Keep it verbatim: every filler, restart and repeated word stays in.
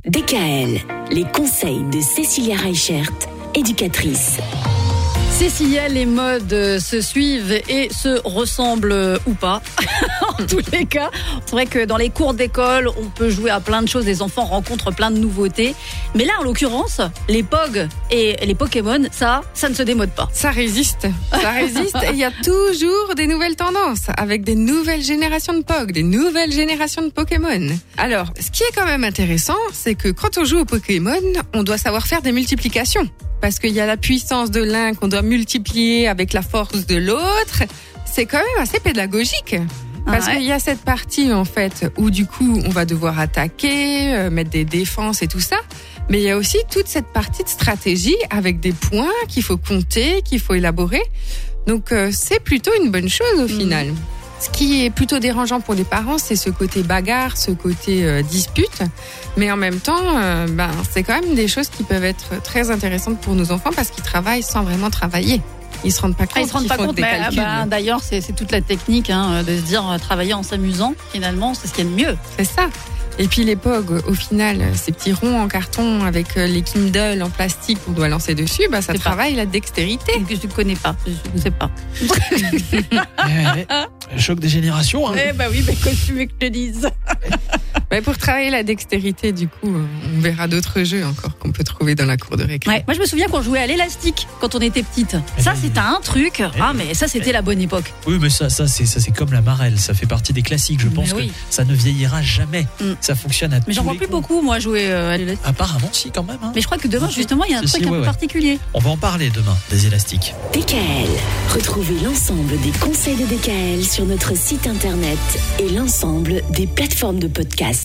D K L, les conseils de Cécilia Reichert, éducatrice. Cécilia, les modes se suivent et se ressemblent ou pas. En tous les cas, c'est vrai que dans les cours d'école, on peut jouer à plein de choses. Les enfants rencontrent plein de nouveautés. Mais là, en l'occurrence, les P O G et les Pokémon, ça, ça ne se démode pas. Ça résiste. Ça résiste. Et il y a toujours des nouvelles tendances avec des nouvelles générations de P O G, des nouvelles générations de Pokémon. Alors, ce qui est quand même intéressant, c'est que quand on joue aux Pokémon, on doit savoir faire des multiplications. Parce qu'il y a la puissance de l'un qu'on doit multiplier avec la force de l'autre. C'est quand même assez pédagogique. Parce ah ouais. qu'il y a cette partie, en fait, où du coup, on va devoir attaquer, euh, mettre des défenses et tout ça. Mais il y a aussi toute cette partie de stratégie avec des points qu'il faut compter, qu'il faut élaborer. Donc, euh, c'est plutôt une bonne chose au mmh. final. Ce qui est plutôt dérangeant pour les parents, c'est ce côté bagarre, ce côté euh, dispute. Mais en même temps, euh, ben, c'est quand même des choses qui peuvent être très intéressantes pour nos enfants parce qu'ils travaillent sans vraiment travailler. Ils se rendent pas compte. Ah, ils se rendent pas compte. Mais, bah, d'ailleurs, c'est, c'est toute la technique hein, de se dire euh, travailler en s'amusant. Finalement, c'est ce qu'il y a de mieux. C'est ça. Et puis les P O G, au final, ces petits ronds en carton avec les Kindle en plastique qu'on doit lancer dessus, bah, ça c'est travaille pas. La dextérité. Que je ne connais pas, je ne sais pas. Le choc des générations. Hein. Eh bah oui, mais qu'est-ce que tu veux que je te dise? Ouais, pour travailler la dextérité, du coup, on verra d'autres jeux encore qu'on peut trouver dans la cour de récré. Ouais, moi, je me souviens qu'on jouait à l'élastique quand on était petite. Ça, c'était un truc. Ah, mais ça, c'était la bonne époque. Oui, mais ça, ça, c'est, ça, c'est comme la marelle. Ça fait partie des classiques. Je pense oui. que ça ne vieillira jamais. Mm. Ça fonctionne à tous Mais j'en vois les plus coups. beaucoup, moi, jouer à l'élastique. Apparemment, si, quand même. Hein. Mais je crois que demain, justement, il y a un si, truc si, un ouais, peu ouais. particulier. On va en parler demain, des élastiques. D K L. Retrouvez l'ensemble des conseils de D K L sur notre site internet et l'ensemble des plateformes de podcast.